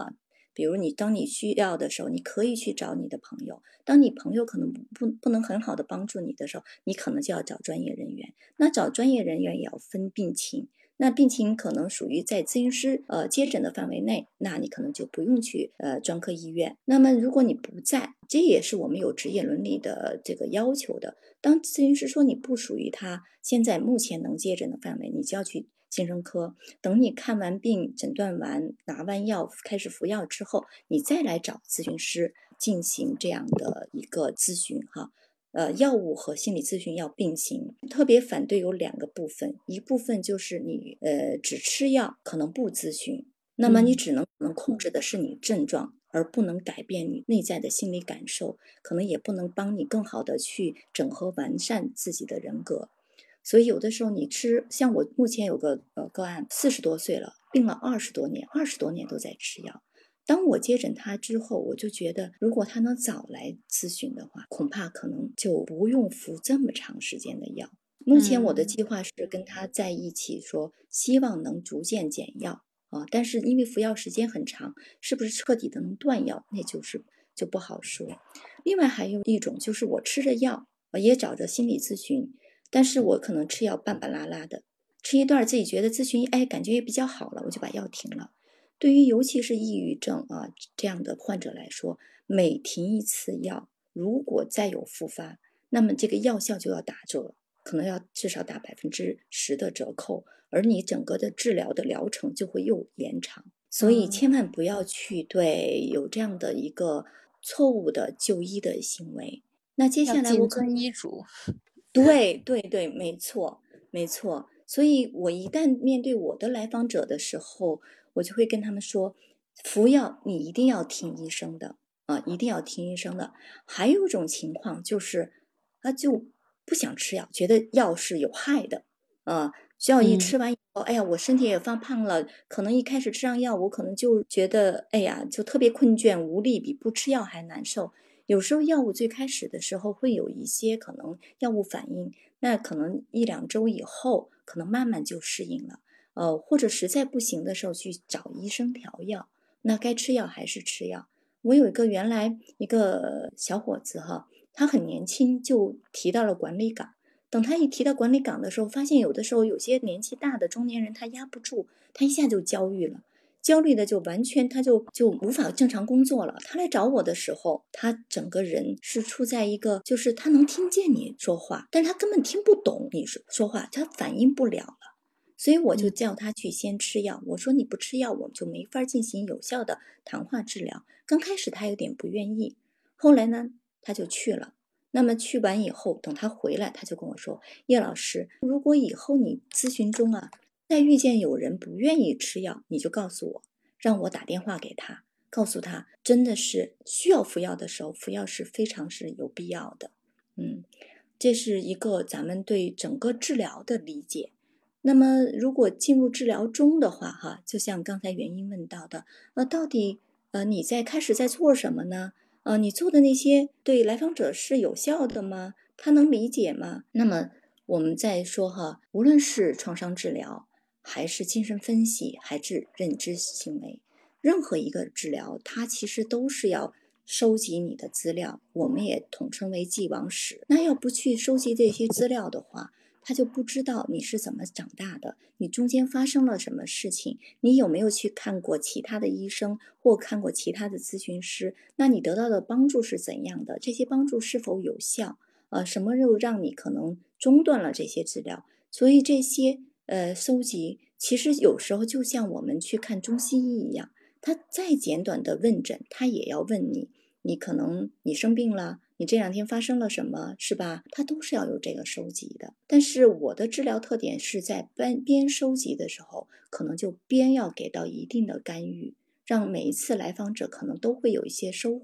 比如你当你需要的时候，你可以去找你的朋友，当你朋友可能不不能很好的帮助你的时候，你可能就要找专业人员。那找专业人员也要分病情，那病情可能属于在咨询师呃接诊的范围内，那你可能就不用去呃专科医院。那么如果你不在，这也是我们有职业伦理的这个要求的。当咨询师说你不属于他现在目前能接诊的范围，你就要去精神科。等你看完病、诊断完、拿完药、开始服药之后，你再来找咨询师进行这样的一个咨询哈。呃，药物和心理咨询要并行。特别反对有两个部分，一部分就是你呃只吃药，可能不咨询，那么你只能可能控制的是你症状，而不能改变你内在的心理感受，可能也不能帮你更好的去整合完善自己的人格。所以有的时候你吃，像我目前有个呃个案，四十多岁了，病了二十多年，二十多年都在吃药。当我接诊他之后，我就觉得如果他能早来咨询的话，恐怕可能就不用服这么长时间的药。目前我的计划是跟他在一起说，希望能逐渐减药啊，但是因为服药时间很长，是不是彻底的能断药，那就是就不好说。另外还有一种就是我吃着药，也找着心理咨询，但是我可能吃药半半拉拉的，吃一段自己觉得咨询哎感觉也比较好了，我就把药停了。对于尤其是抑郁症啊这样的患者来说，每停一次药，如果再有复发，那么这个药效就要打折，可能要至少打百分之十的折扣，而你整个的治疗的疗程就会又延长。所以千万不要去对有这样的一个错误的就医的行为。那接下来我可能医嘱， 对对对，没错没错。所以我一旦面对我的来访者的时候，我就会跟他们说，服药你一定要听医生的啊，一定要听医生的。还有一种情况就是他就不想吃药，觉得药是有害的啊，药一吃完以后、嗯、哎呀我身体也发胖了，可能一开始吃上药我可能就觉得哎呀就特别困倦无力，比不吃药还难受。有时候药物最开始的时候会有一些可能药物反应，那可能一两周以后可能慢慢就适应了，呃，或者实在不行的时候去找医生调药，那该吃药还是吃药。我有一个原来一个小伙子哈，他很年轻就提到了管理岗，等他一提到管理岗的时候，发现有的时候有些年纪大的中年人他压不住，他一下就焦虑了。焦虑的就完全他就就无法正常工作了。他来找我的时候，他整个人是处在一个就是他能听见你说话，但是他根本听不懂你说说话，他反应不了了。所以我就叫他去先吃药，我说你不吃药我们就没法进行有效的谈话治疗。刚开始他有点不愿意，后来呢他就去了。那么去完以后，等他回来他就跟我说，叶老师，如果以后你咨询中啊再遇见有人不愿意吃药，你就告诉我，让我打电话给他，告诉他真的是需要服药的时候，服药是非常是有必要的。嗯，这是一个咱们对整个治疗的理解。那么如果进入治疗中的话哈，就像刚才元英问到的，呃，到底呃你在开始在做什么呢？呃，你做的那些对来访者是有效的吗？他能理解吗？那么我们再说哈，无论是创伤治疗，还是精神分析，还是认知行为，任何一个治疗它其实都是要收集你的资料，我们也统称为既往史。那要不去收集这些资料的话，他就不知道你是怎么长大的，你中间发生了什么事情，你有没有去看过其他的医生或看过其他的咨询师，那你得到的帮助是怎样的，这些帮助是否有效，呃，什么又让你可能中断了这些治疗。所以这些呃搜集其实有时候就像我们去看中西医一样，他再简短的问诊，他也要问你，你可能你生病了，你这两天发生了什么，是吧？他都是要有这个收集的。但是我的治疗特点是在边边收集的时候，可能就边要给到一定的干预，让每一次来访者可能都会有一些收获，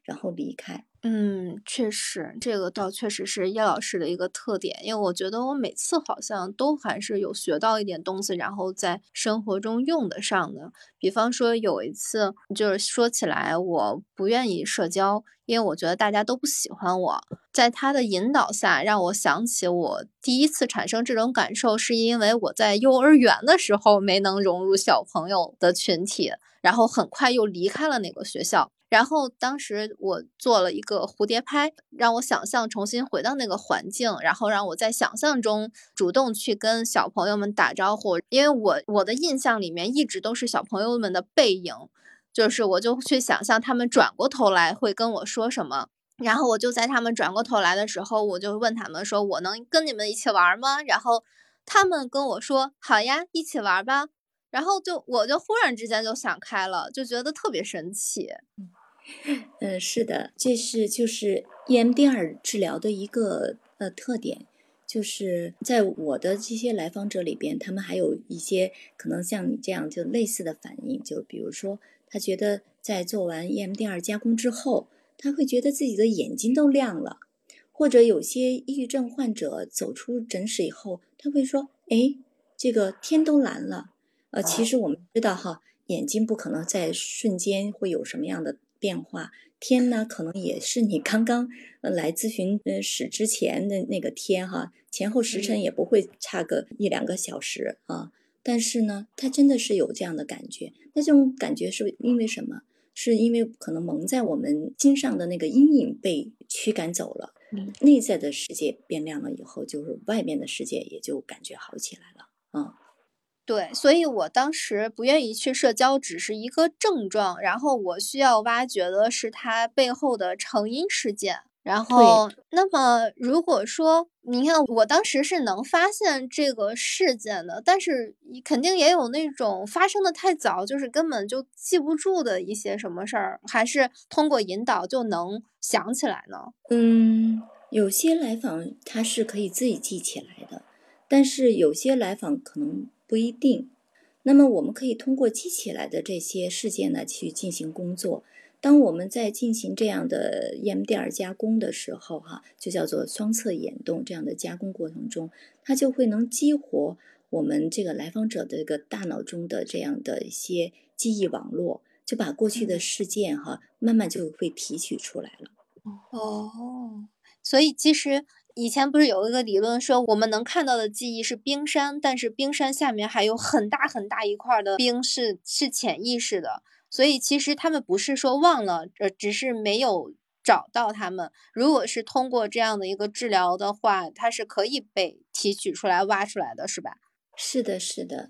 然后离开。 嗯，确实，这个倒确实是叶老师的一个特点，因为我觉得我每次好像都还是有学到一点东西，然后在生活中用得上的。比方说有一次，就是说起来我不愿意社交，因为我觉得大家都不喜欢我。在他的引导下，让我想起我第一次产生这种感受，是因为我在幼儿园的时候没能融入小朋友的群体，然后很快又离开了那个学校。然后当时我做了一个蝴蝶拍，让我想象重新回到那个环境，然后让我在想象中主动去跟小朋友们打招呼，因为我我的印象里面一直都是小朋友们的背影，就是我就去想象他们转过头来会跟我说什么，然后我就在他们转过头来的时候，我就问他们说我能跟你们一起玩吗？然后他们跟我说好呀，一起玩吧。然后就我就忽然之间就想开了，就觉得特别神奇。 嗯，是的，这是就是 E M D R 治疗的一个呃特点，就是在我的这些来访者里边，他们还有一些可能像你这样就类似的反应，就比如说他觉得在做完 E M D R 加工之后，他会觉得自己的眼睛都亮了，或者有些抑郁症患者走出诊室以后，他会说，哎，这个天都蓝了。呃，其实我们知道哈，眼睛不可能在瞬间会有什么样的变化，天呢可能也是你刚刚呃来咨询呃室之前的那个天哈，前后时辰也不会差个一两个小时啊。但是呢，他真的是有这样的感觉，那这种感觉是因为什么？是因为可能蒙在我们心上的那个阴影被驱赶走了，内在的世界变亮了以后，就是外面的世界也就感觉好起来了啊。 对，所以我当时不愿意去社交只是一个症状，然后我需要挖掘的是它背后的成因事件。然后那么如果说你看我当时是能发现这个事件的，但是肯定也有那种发生的太早，就是根本就记不住的一些什么事儿，还是通过引导就能想起来呢？ 嗯，有些来访他是可以自己记起来的，但是有些来访可能不一定。那么我们可以通过记起来的这些事件呢去进行工作。当我们在进行这样的 E M D R 加工的时候哈，就叫做双侧眼动这样的加工过程中，它就会能激活我们这个来访者的这个大脑中的这样的一些记忆网络，就把过去的事件哈慢慢就会提取出来了。 哦，所以其实以前不是有一个理论说我们能看到的记忆是冰山，但是冰山下面还有很大很大一块的冰是是潜意识的，所以其实他们不是说忘了，呃，只是没有找到他们。如果是通过这样的一个治疗的话，它是可以被提取出来挖出来的，是吧？ 是的，是的。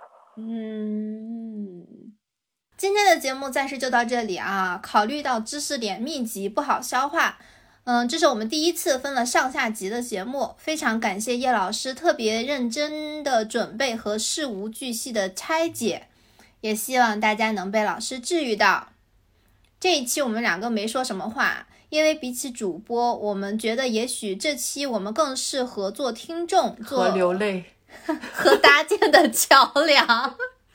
嗯，今天的节目暂时就到这里啊。考虑到知识点密集不好消化，嗯，这是我们第一次分了上下集的节目，非常感谢叶老师特别认真的准备和事无巨细的拆解，也希望大家能被老师治愈到。这一期我们两个没说什么话，因为比起主播，我们觉得也许这期我们更适合做听众，做流泪和搭建的桥梁。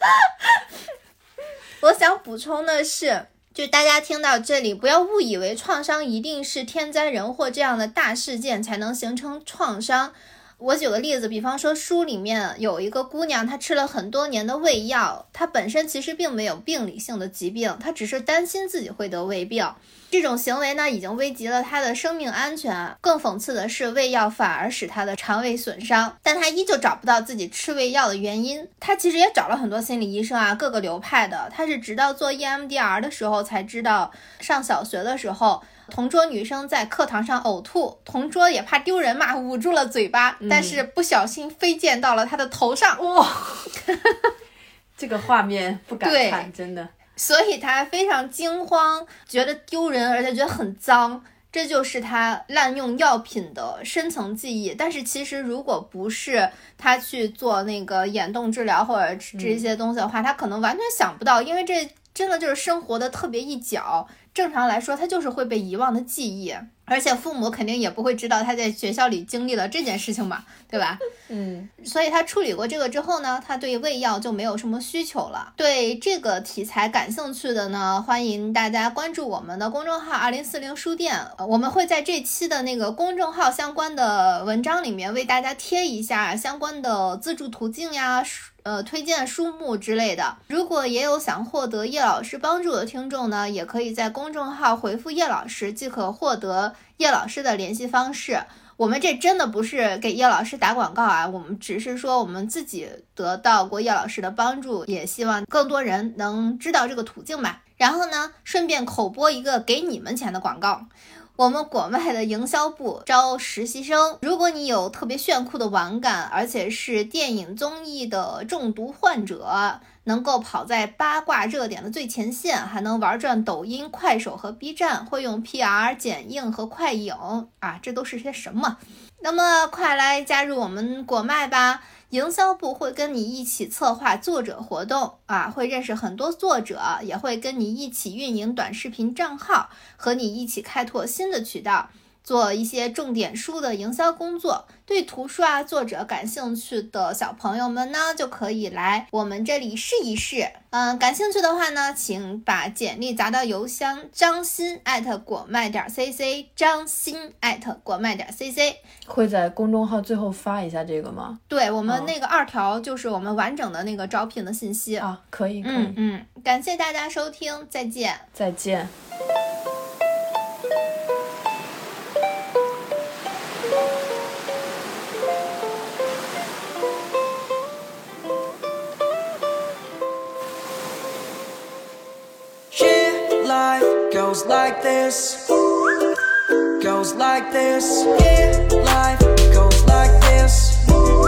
我想补充的是，就大家听到这里，不要误以为创伤一定是天灾人祸这样的大事件才能形成创伤。我举个例子，比方说书里面有一个姑娘，她吃了很多年的胃药，她本身其实并没有病理性的疾病，她只是担心自己会得胃病。这种行为呢，已经危及了她的生命安全。更讽刺的是，胃药反而使她的肠胃损伤，但她依旧找不到自己吃胃药的原因。她其实也找了很多心理医生啊，各个流派的。她是直到做 E M D R 的时候才知道，上小学的时候，同桌女生在课堂上呕吐，同桌也怕丢人嘛，捂住了嘴巴，嗯、但是不小心飞溅到了她的头上。哇， 这个画面不敢看，真的。 所以他非常惊慌，觉得丢人，而且觉得很脏，这就是他滥用药品的深层记忆。但是其实如果不是他去做那个眼动治疗或者这些东西的话、嗯、他可能完全想不到，因为这真的就是生活的特别一角， 正常来说它就是会被遗忘的记忆，而且父母肯定也不会知道他在学校里经历了这件事情嘛，对吧？ 嗯， 所以他处理过这个之后呢，他对胃药就没有什么需求了。对这个题材感兴趣的呢，欢迎大家关注我们的公众号二零四零书店，我们会在这期的那个公众号相关的文章里面为大家贴一下相关的自助途径呀，呃，推荐书目之类的。如果也有想获得叶老师帮助的听众呢，也可以在公众号回复叶老师，即可获得叶老师的联系方式。我们这真的不是给叶老师打广告啊，我们只是说我们自己得到过叶老师的帮助，也希望更多人能知道这个途径吧。然后呢，顺便口播一个给你们钱的广告。我们果麦的营销部招实习生，如果你有特别炫酷的玩感，而且是电影综艺的中毒患者，能够跑在八卦热点的最前线，还能玩转抖音、快手和 B 站，会用 P R、剪映和快影啊，这都是些什么？那么快来加入我们果麦吧！营销部会跟你一起策划作者活动啊，会认识很多作者，也会跟你一起运营短视频账号，和你一起开拓新的渠道，做一些重点书的营销工作。对图书啊作者感兴趣的小朋友们呢，就可以来我们这里试一试。嗯，感兴趣的话呢，请把简历砸到邮箱张欣艾特果麦点 cc， 张欣艾特果麦点 cc。 会在公众号最后发一下这个吗？ 对，我们那个二条就是我们完整的那个招聘的信息啊，可以可以。 嗯嗯，感谢大家收听，再见。 再见。 Goes like this, goes like this, yeah, life goes like this,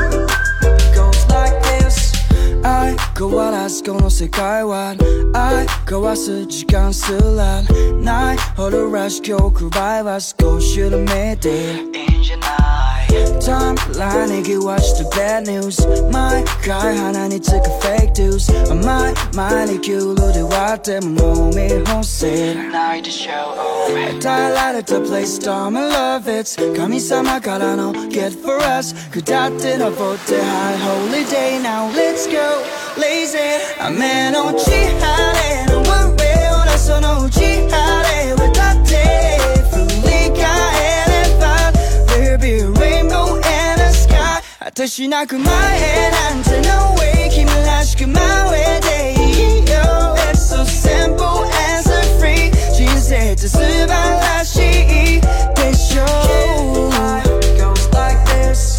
goes like this. 愛変わらずこの世界は愛交わす時間すらないほどらし曲奪いは少し緩めていいんじゃないタイムラインにぎわした bad news 毎回鼻につく fake news 甘い前にキュールで割ってももう見干せないでしょう与えられた place storm and love it's 神様からの gift for us 下って登って high holiday now let's go lazy 雨のち晴れの one way ほらそのうち晴れ渡って振り返れば There'll be a rainbow in the sky 果てしなく前へなんて No way 君らしく真上でいいよ It's so simple and so free 人生って素晴らしいでしょう Life goes like this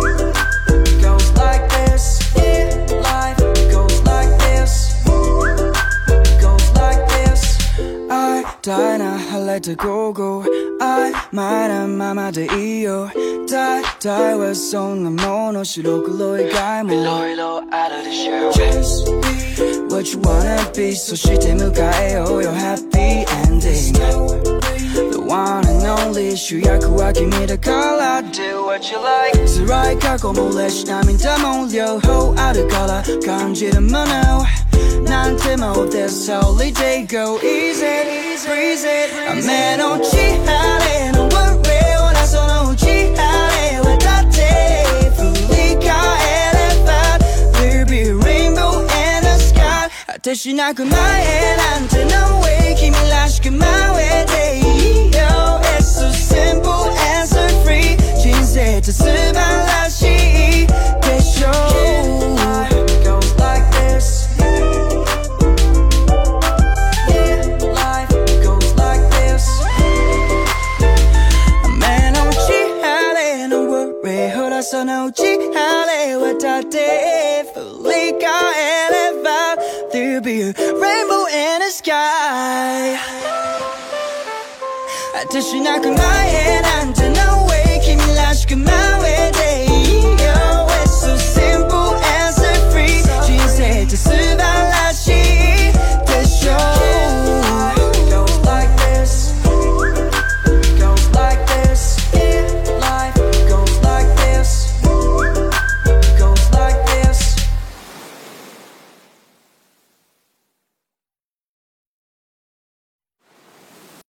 Goes like this Yeah, life goes like this Goes like this 愛たいな晴れた午後曖昧なままでいいよ大体はそんなもの白黒以外も色々あるでしょう Just be what you wanna be そして迎えようよ Happy ending The one and only 主役は君だから Do what you like 辛い過去も嬉し涙も両方あるから感じるものなんても This holiday go easy Breeze it 雨のち晴れの one way ほらそのうち晴れ渡って振り返れば There'll be a rainbow in the sky 果てしなく前へなんて No way 君らしく真上でいいよ It's so simple and so free 人生って素晴らしいでしょう Life goes like thisそのうち晴れ渡って振り返れば There'll be a rainbow in the sky 果てしなく前へなんて No way 君らしく真上で